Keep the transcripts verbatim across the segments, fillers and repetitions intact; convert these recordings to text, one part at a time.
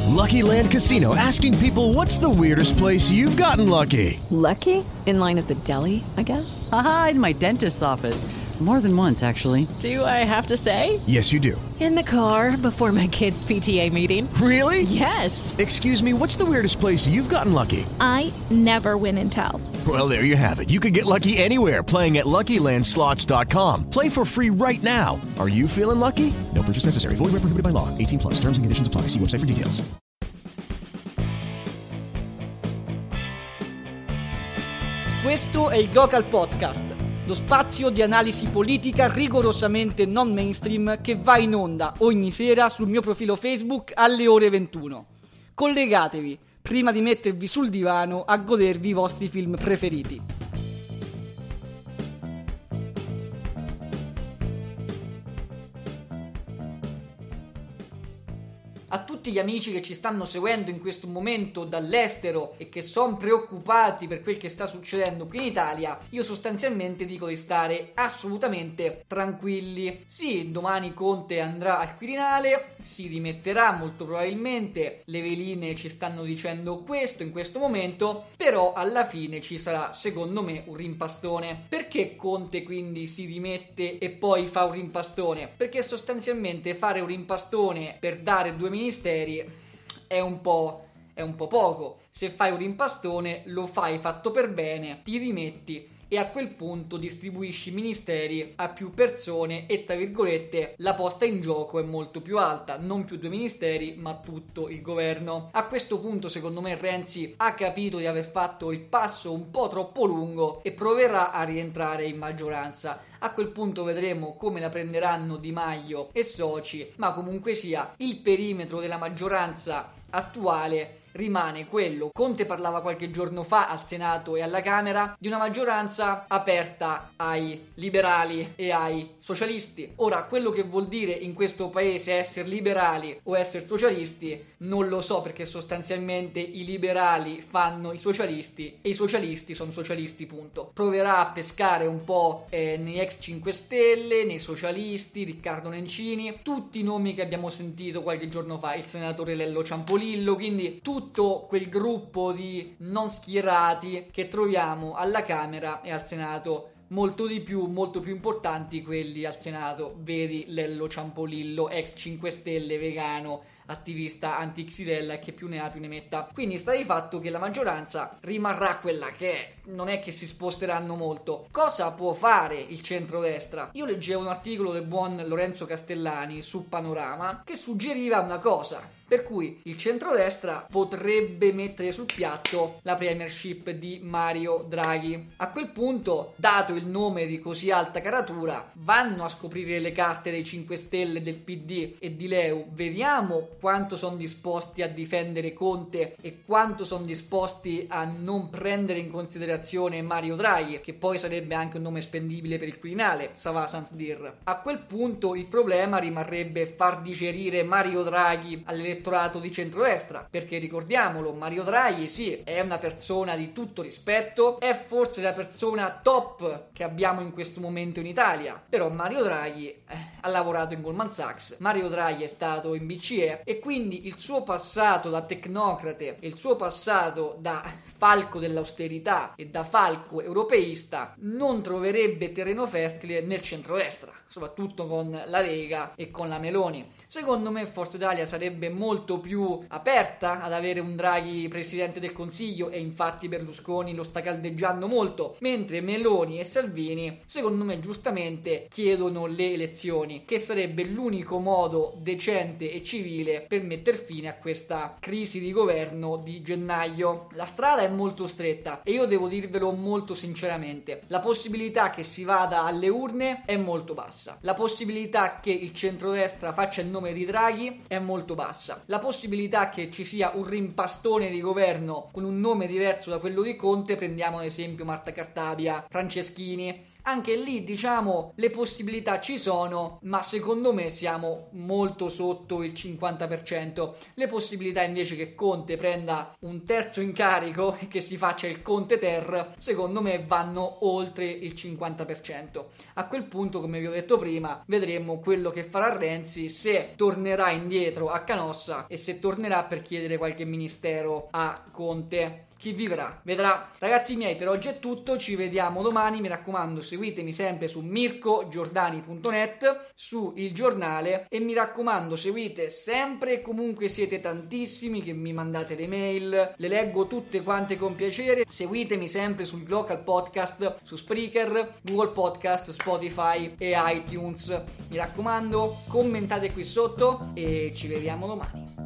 Lucky Land Casino, asking people, what's the weirdest place you've gotten lucky? Lucky? In line at the deli, I guess? Aha, in my dentist's office. More than once, actually. Do I have to say? Yes, you do. In the car before my kids' P T A meeting. Really? Yes. Excuse me, what's the weirdest place you've gotten lucky? I never win and tell. Well, there you have it. You can get lucky anywhere, playing at Lucky Land Slots dot com. Play for free right now. Are you feeling lucky? No purchase necessary. Void where prohibited by law. eighteen plus. Terms and conditions apply. See website for details. Questo è il Glocal Podcast, lo spazio di analisi politica rigorosamente non mainstream che va in onda ogni sera sul mio profilo Facebook alle ore ventuno. Collegatevi prima di mettervi sul divano a godervi i vostri film preferiti. A tutti gli amici che ci stanno seguendo in questo momento dall'estero e che sono preoccupati per quel che sta succedendo qui in Italia, io sostanzialmente dico di stare assolutamente tranquilli. Sì, domani Conte andrà al Quirinale, si rimetterà molto probabilmente, le veline ci stanno dicendo questo in questo momento, però alla fine ci sarà secondo me un rimpastone. Perché Conte quindi si rimette e poi fa un rimpastone? Perché sostanzialmente fare un rimpastone per dare due ministeri è un po' è un po' poco. Se fai un rimpastone lo fai fatto per bene, ti rimetti e a quel punto distribuisci ministeri a più persone e tra virgolette la posta in gioco è molto più alta, non più due ministeri ma tutto il governo. A questo punto secondo me Renzi ha capito di aver fatto il passo un po' troppo lungo e proverà a rientrare in maggioranza. A quel punto vedremo come la prenderanno Di Maio e soci, ma comunque sia il perimetro della maggioranza attuale rimane quello. Conte parlava qualche giorno fa al Senato e alla Camera di una maggioranza aperta ai liberali e ai socialisti. Ora, quello che vuol dire in questo paese essere liberali o essere socialisti non lo so, perché sostanzialmente i liberali fanno i socialisti e i socialisti sono socialisti, punto. Proverà a pescare un po' eh, nei ex cinque Stelle, nei socialisti, Riccardo Nencini, tutti i nomi che abbiamo sentito qualche giorno fa, il senatore Lello Ciampolillo, quindi tutti tutto quel gruppo di non schierati che troviamo alla Camera e al Senato, molto di più, molto più importanti quelli al Senato, vedi Lello Ciampolillo, ex cinque Stelle, vegano, attivista anti-xylella e che più ne ha più ne metta. Quindi sta di fatto che la maggioranza rimarrà quella che è, non è che si sposteranno molto. Cosa può fare il centrodestra? Io leggevo un articolo del buon Lorenzo Castellani su Panorama che suggeriva una cosa, per cui il centrodestra potrebbe mettere sul piatto la premiership di Mario Draghi. A quel punto, dato il nome di così alta caratura, vanno a scoprire le carte dei cinque Stelle, del P D e di Leu. Vediamo quanto sono disposti a difendere Conte e quanto sono disposti a non prendere in considerazione Mario Draghi, che poi sarebbe anche un nome spendibile per il Quirinale, ça va sans dire. A quel punto il problema rimarrebbe far digerire Mario Draghi all'elettorato di centrodestra, perché ricordiamolo, Mario Draghi sì, è una persona di tutto rispetto, è forse la persona top che abbiamo in questo momento in Italia, però Mario Draghi eh, ha lavorato in Goldman Sachs, Mario Draghi è stato in B C E e quindi il suo passato da tecnocrate e il suo passato da falco dell'austerità e da falco europeista non troverebbe terreno fertile nel centrodestra, soprattutto con la Lega e con la Meloni. Secondo me Forza Italia sarebbe molto più aperta ad avere un Draghi presidente del Consiglio e infatti Berlusconi lo sta caldeggiando molto, mentre Meloni e Salvini secondo me giustamente chiedono le elezioni, che sarebbe l'unico modo decente e civile per metter fine a questa crisi di governo di gennaio. La strada è molto stretta e io devo dirvelo molto sinceramente, la possibilità che si vada alle urne è molto bassa, la possibilità che il centrodestra faccia il nome di Draghi è molto bassa, la possibilità che ci sia un rimpastone di governo con un nome diverso da quello di Conte, prendiamo ad esempio Marta Cartabia, Franceschini, Anche lì, diciamo, le possibilità ci sono, ma secondo me siamo molto sotto il cinquanta per cento. Le possibilità invece che Conte prenda un terzo incarico e che si faccia il Conte Ter, secondo me vanno oltre il cinquanta per cento. A quel punto, come vi ho detto prima, vedremo quello che farà Renzi, se tornerà indietro a Canossa e se tornerà per chiedere qualche ministero a Conte. Chi vivrà vedrà. Ragazzi miei, per oggi è tutto, ci vediamo domani, mi raccomando seguitemi sempre su mirko giordani punto net, su Il Giornale, e mi raccomando seguite sempre e comunque siete tantissimi che mi mandate le mail, le leggo tutte quante con piacere. Seguitemi sempre sul local podcast, su Spreaker, Google Podcast, Spotify e iTunes. Mi raccomando, commentate qui sotto e ci vediamo domani.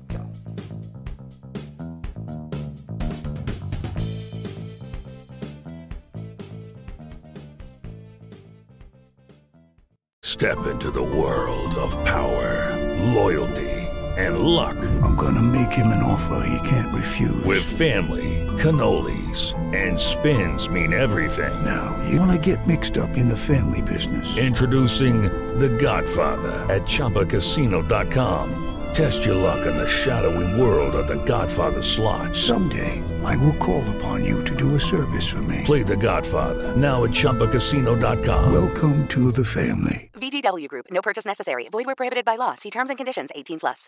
Step into the world of power, loyalty, and luck. I'm gonna make him an offer he can't refuse. With family, cannolis, and spins mean everything. Now, you wanna get mixed up in the family business. Introducing The Godfather at Chumba Casino dot com. Test your luck in the shadowy world of The Godfather slot. Someday, I will call upon you to do a service for me. Play The Godfather, now at Chumba Casino dot com. Welcome to the family. V G W Group. No purchase necessary. Void where prohibited by law. See terms and conditions. eighteen plus.